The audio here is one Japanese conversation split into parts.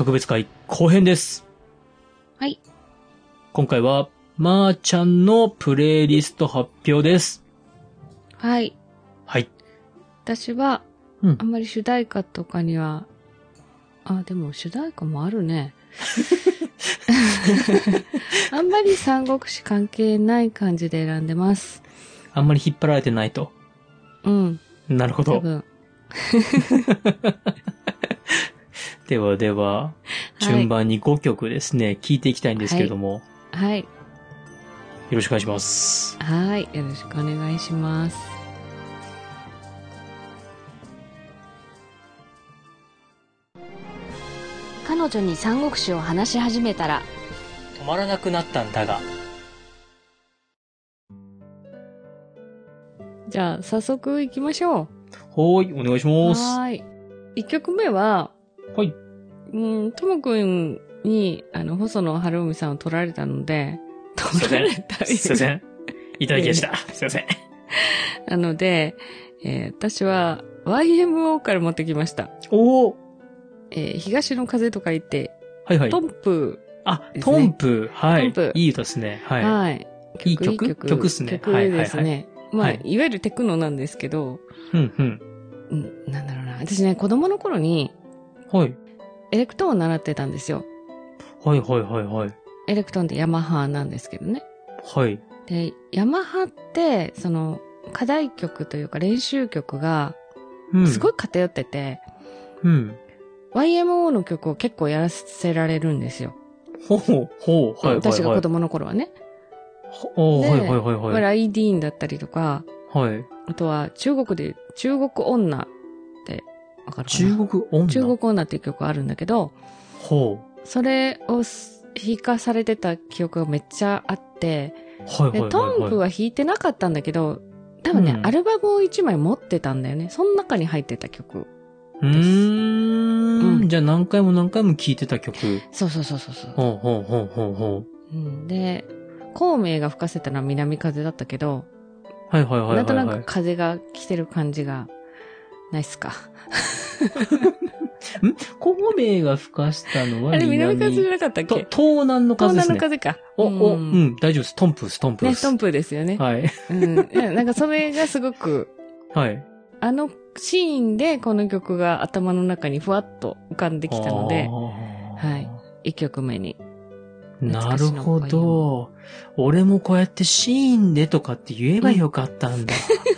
特別会後編です。 はい。 今回は、まーちゃんのプレイリスト発表です。 はい。 はい。 私は、あんまり主題歌とかには、でも主題歌もあるね。あんまり三国志関係ない感じで選んでます。 あんまり引っ張られてないと。 うん。 なるほど。 多分。 ではでは、順番に5曲ですね、聴いていきたいんですけれども。 はい。 よろしくお願いします。 はい。よろしくお願いします。彼女に三国志を話し始めたら止まらなくなったんだが。 じゃあ早速行きましょう。 お願いします。 はい。1曲目は、 はい。 ともくんに細野晴臣さんを取られたので、 取られた。すいません。いただきました。すいません。 なので、私は YMO から持ってきました。 おー。 東の風とか言って、 はいはい。 トンプ、 ね。トンプ。はい。 トンプ。 いい歌ですね。はい。 はい。 いい曲っすね。 曲ですね。まあ、いわゆるテクノなんですけど、なんだろうな。私ね、子供の頃に、 はい。 エレクトーンを習ってたんですよ。 はいはいはいはい。 エレクトーンってヤマハなんですけどね。 はい。 で、ヤマハって、課題曲というか練習曲が、すごい偏ってて、YMO の曲を結構やらせられるんですよ。 はい。 私が子供の頃はね。 はい。 ライディーンだったりとか、 はい。 あとは中国で、中国女ってわかるかな？中国女っていう曲があるんだけど、それを弾かされてた記憶がめっちゃあって、で、トンプは弾いてなかったんだけど、多分ね、アルバムを1枚持ってたんだよね。その中に入ってた曲です。 じゃあ何回も聴いてた曲。 そう。で、孔明が吹かせたのは南風だったけど、なんとなく風が来てる感じがないっすか。 孔明が吹かしたのはあれ南風じゃなかったっけ？ 東南の風ですね。 東南の風か。 大丈夫です。トンプです。 ね、トンプですよね。 はい。 なんかそれがすごく、 はい。 あのシーンでこの曲が頭の中にふわっと浮かんできたので、はい。1曲目に。 なるほど。俺もこうやってシーンでとかって言えばよかったんだ。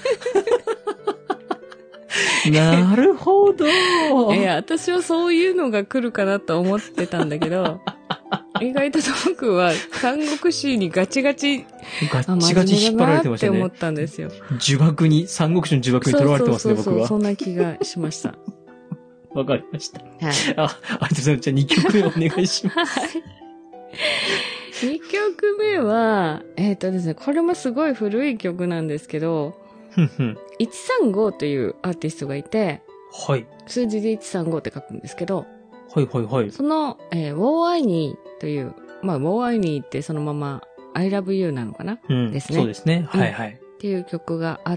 なるほど。 いや、私はそういうのが来るかなと思ってたんだけど、意外とトモ君は三国志にガチガチ引っ張られてましたね。 って思ったんですよ。 三国志の呪縛にとらわれてますね、僕は。 そんな気がしました。 わかりました。はい。 ありがとうございます。じゃあ2曲目お願いします。はい。 2曲目は、ですね、これもすごい古い曲なんですけど、135というアーティストがいて、 はい。 数字で135って書くんですけど、 はい。 その、War I Need という、まあ、War I Need ってそのまま I Love You なのかな、ですね。 そうですね。はい。 っていう曲があって、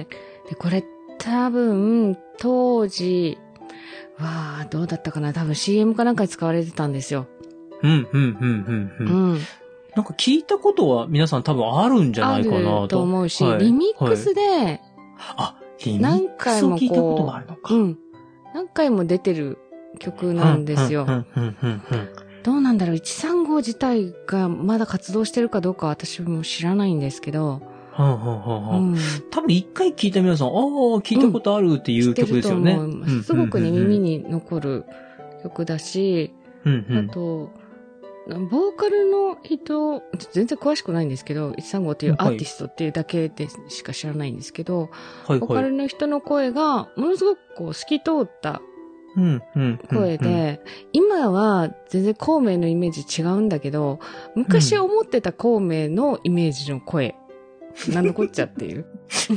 で、これ多分、当時、どうだったかな、多分 CM かなんかに使われてたんですよ。 なんか聞いたことは皆さん多分あるんじゃないかなと。 あると思うし、リミックスで、 何回も聞いたことがあるのか。 何回も出てる曲なんですよ。どうなんだろう、135自体がまだ活動してるかどうか私も知らないんですけど、 多分一回聞いた皆さん、聞いたことあるっていう曲ですよね。 すごくね、耳に残る曲だし、あと、ボーカルの人、全然詳しくないんですけど、135っていうアーティストっていうだけでしか知らないんですけど、ボーカルの人の声がものすごくこう透き通った声で、今は全然孔明のイメージ違うんだけど、昔思ってた孔明のイメージの声、なんのこっちゃっていう。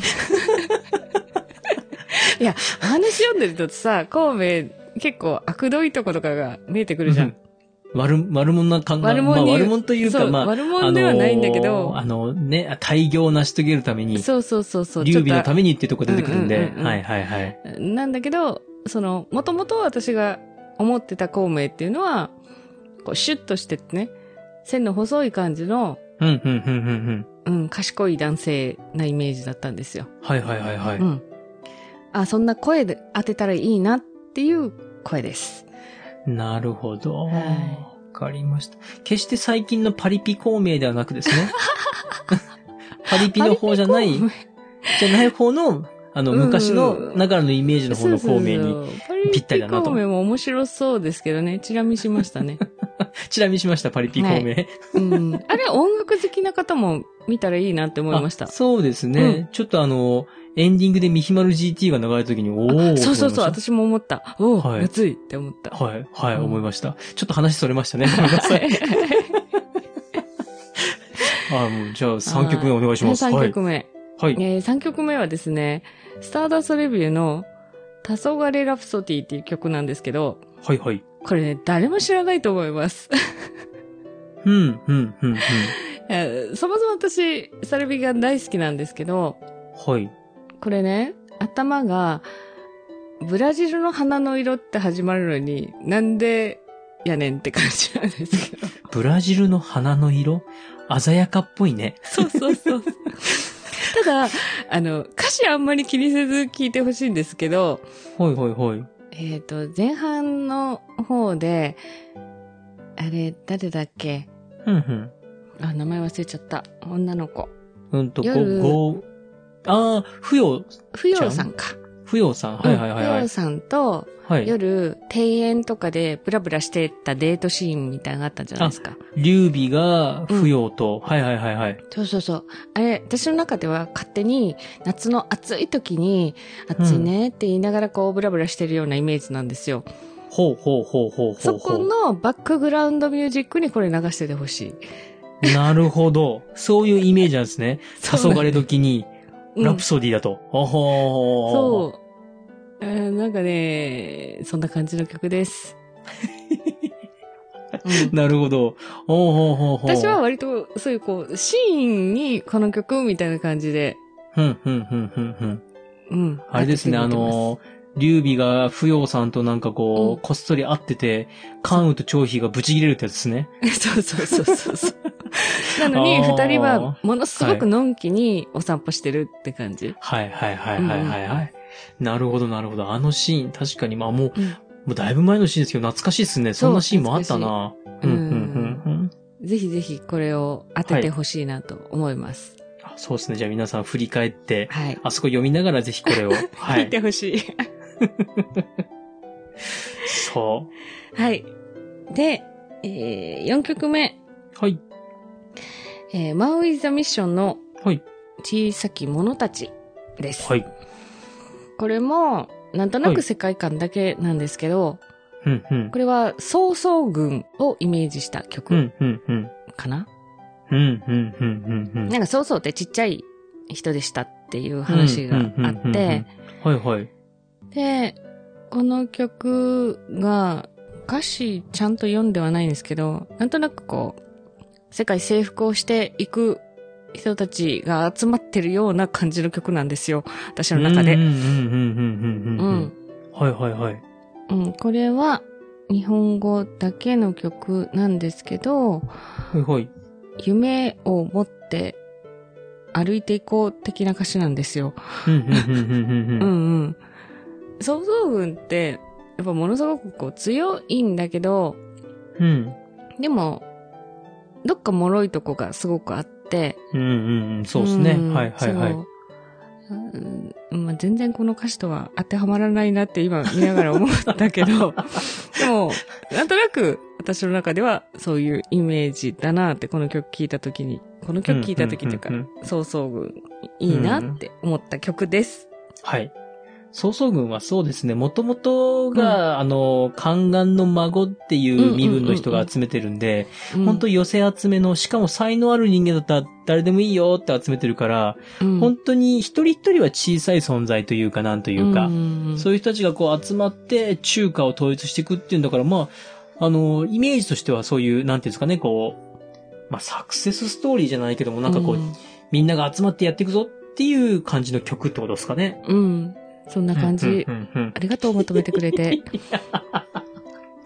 いや、お話読んでるとさ、孔明結構悪どいとことかが見えてくるじゃん。 悪者な考え、悪者というか、 悪者ではないんだけど、 大業を成し遂げるために、 そう。 劉備のためにっていうところ出てくるんで、はい。 なんだけど、もともと私が思ってた孔明っていうのは、こうシュッとしててね、線の細い感じの、賢い男性なイメージだったんですよ。 はいはいはいはい。 そんな声で当てたらいいなっていう声です。 なるほど。わかりました。決して最近のパリピ孔明ではなくですね。パリピの方じゃない方の、昔の中のイメージの方の孔明にぴったりだなと。 パリピ孔明も面白そうですけどね、チラ見しましたね。 チラ見しました、パリピ孔明。 あれ音楽好きな方も見たらいいなって思いました。 そうですね。ちょっとエンディングでミヒマル GT が流れた時に、 そう、私も思った。熱いって思った。 はい、思いました。ちょっと話それましたね。ごめんなさい。じゃあ3曲目お願いします。 3曲目。はい。3曲目はですね、スターダストレビューの黄昏ラプソディっていう曲なんですけど、 はいはい。 これね、誰も知らないと思います。そもそも私、サルビが大好きなんですけど、 はい。 これね、頭が、ブラジルの花の色って始まるのに、なんでやねんって感じなんですけど。 ブラジルの花の色？鮮やかっぽいね。 そう。ただ、歌詞あんまり気にせず聞いてほしいんですけど、 はい。 前半の方で、あれ、誰だっけ？名前忘れちゃった。女の子。 ふよさんか。 ふよさん。はい。 ふよさんと、夜、庭園とかでブラブラしてたデートシーンみたいなのがあったんじゃないですか。 劉備がふよと、はい。 そう。あれ、私の中では勝手に夏の暑い時に、暑いねって言いながらこうブラブラしてるようなイメージなんですよ。 ほう。 そこのバックグラウンドミュージックにこれ流しててほしい。なるほど。そういうイメージなんですね。黄昏時に。ラプソディだと。 そう。なんかね、そんな感じの曲です。 なるほど。 私は割と、そういうこう、シーンにこの曲みたいな感じで。 あれですね、劉備が不要さんとなんかこう、こっそり会ってて、関羽と張飛がブチ切れるってやつですね。 そう。なのに、二人はものすごくのんきにお散歩してるって感じ。 はい。なるほど。あのシーン、確かに、もうだいぶ前のシーンですけど、懐かしいですね。そんなシーンもあったな。 ぜひぜひこれを当ててほしいなと思います。 そうですね。じゃあ皆さん振り返って、あそこ読みながらぜひこれを。 聞いてほしい。 そう。 はい。で、4曲目。 はい。 Man with the Mission の小さき者たちです。 はい。 これも、なんとなく世界観だけなんですけど、これは曹操軍をイメージした曲かな？なんか曹操ってちっちゃい人でしたっていう話があって、で、この曲が歌詞ちゃんと読んではないんですけど、なんとなくこう、世界征服をしていく人たちが集まってるような感じの曲なんですよ。私の中で。これは日本語だけの曲なんですけど、夢を持って歩いていこう的な歌詞なんですよ。曹操軍って、やっぱものすごくこう強いんだけど、でも、どっか脆いとこがすごくあって、 そうですね。 全然この歌詞とは当てはまらないなって今見ながら思ったけど、でも、なんとなく私の中ではそういうイメージだなってこの曲聴いた時というか、曹操軍いいなって思った曲です。 はい。曹操軍はそうですね、もともとが、宦官の孫っていう身分の人が集めてるんで、本当寄せ集めの、しかも才能ある人間だったら誰でもいいよって集めてるから、本当に一人一人は小さい存在というかなんというか、そういう人たちがこう集まって中華を統一していくっていうんだから、イメージとしてはそういう、なんていうんですかね、こう、サクセスストーリーじゃないけども、なんかこう、みんなが集まってやっていくぞっていう感じの曲ってことですかね。 そんな感じ。ありがとう、まとめてくれて。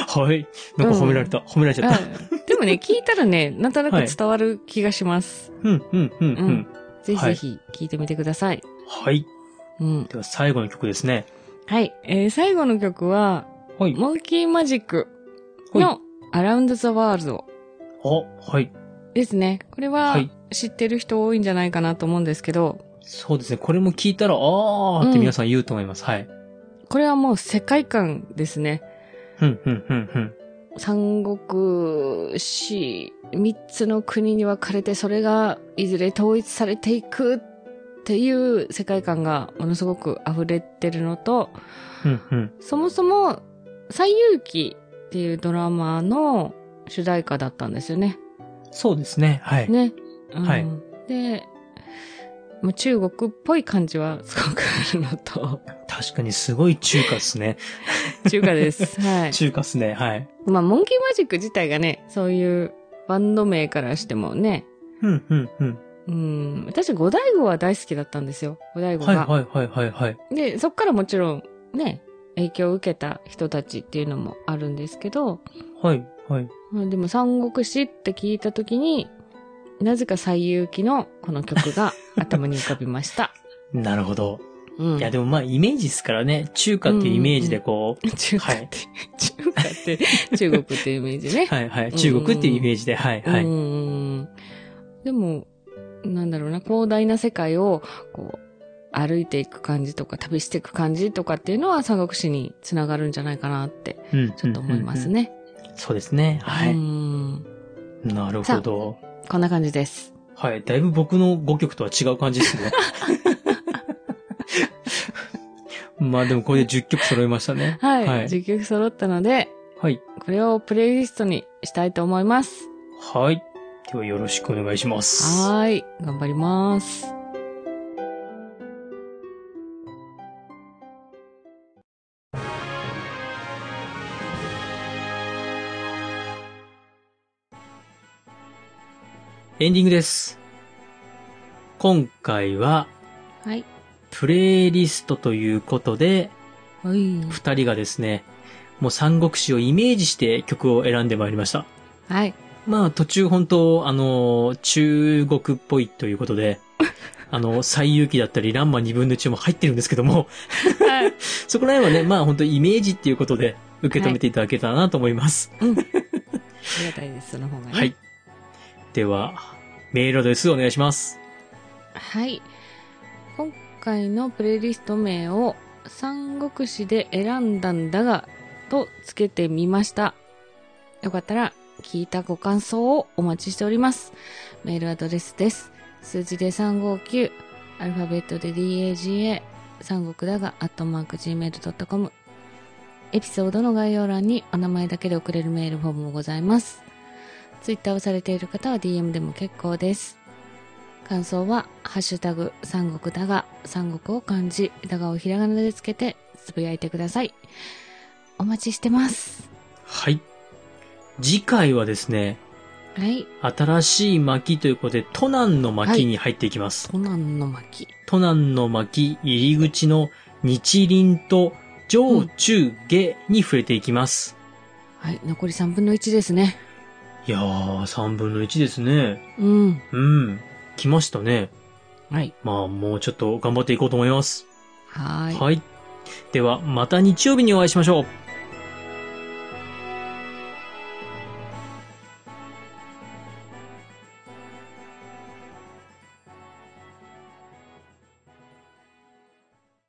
はい。なんか褒められた。褒められちゃった。 でもね、聞いたらね、なんとなく伝わる気がします。ぜひぜひ聞いてみてください。 はい。では最後の曲ですね。 はい。最後の曲は、モンキーマジックの Around the World。 はい。 ですね。これは知ってる人多いんじゃないかなと思うんですけど。 そうですね。これも聞いたら、あーって皆さん言うと思います。はい。 これはもう世界観ですね。三国志、三つの国に分かれて、それがいずれ統一されていくっていう世界観がものすごく溢れてるのと、そもそも、西遊記っていうドラマの主題歌だったんですよね。 そうですね。はい。 ね。はい。で、中国っぽい感じはすごくあるのと。 確かにすごい中華っすね。 中華です。はい。 中華っすね。はい。 モンキーマジック自体がね、そういうバンド名からしてもね。私、五大悟は大好きだったんですよ。五大悟が。 はい。 で、そっからもちろんね、影響を受けた人たちっていうのもあるんですけど。 はい。 でも、三国志って聞いたときに、なぜか西遊記のこの曲が頭に浮かびました。 なるほど。いや、でもイメージですからね。中華っていうイメージでこう。 中華って中国っていうイメージね。 はい。中国っていうイメージで、はい。 でも、なんだろうな、広大な世界をこう、歩いていく感じとか、旅していく感じとかっていうのは三国志につながるんじゃないかなって、ちょっと思いますね。 そうですね。はい。なるほど。 こんな感じです。 はい。だいぶ僕の5曲とは違う感じですね。でもこれで10曲揃いましたね。 はい。10曲揃ったので、 はい。 これをプレイリストにしたいと思います。 はい。ではよろしくお願いします。 はい。頑張ります。 エンディングです。今回は、 はい。 プレイリストということで、 2 人がですね、もう三国志をイメージして曲を選んでまいりました。 はい。 途中本当、中国っぽいということで、西遊記だったり、ランマ2分の1も入ってるんですけども、はい、そこら辺はね、本当イメージっていうことで受け止めていただけたらなと思います。 ありがたいです、その方がね。 はい。では、メールアドレスお願いします。 はい。今回のプレイリスト名を三国志で選んだんだがとつけてみました。よかったら聞いたご感想をお待ちしております。メールアドレスです。数字で359、アルファベットで DAGA、三国だが@gmail.com。エピソードの概要欄にお名前だけで送れるメールフォームもございます。ツイッターをされている方は DM でも結構です。感想は、ハッシュタグ、三国だが、三国を漢字、だがをひらがなでつけて、つぶやいてください。お待ちしてます。 はい。次回はですね、 はい。 新しい巻ということで、都南の巻に入っていきます。 都南の巻。 都南の巻入り口の日輪と上中下に触れていきます。 はい。残り3分の1ですね。 いやー、3分の1ですね。 うん。 来ましたね。 はい。 もうちょっと頑張っていこうと思います。 はい。 はい。では、また日曜日にお会いしましょう。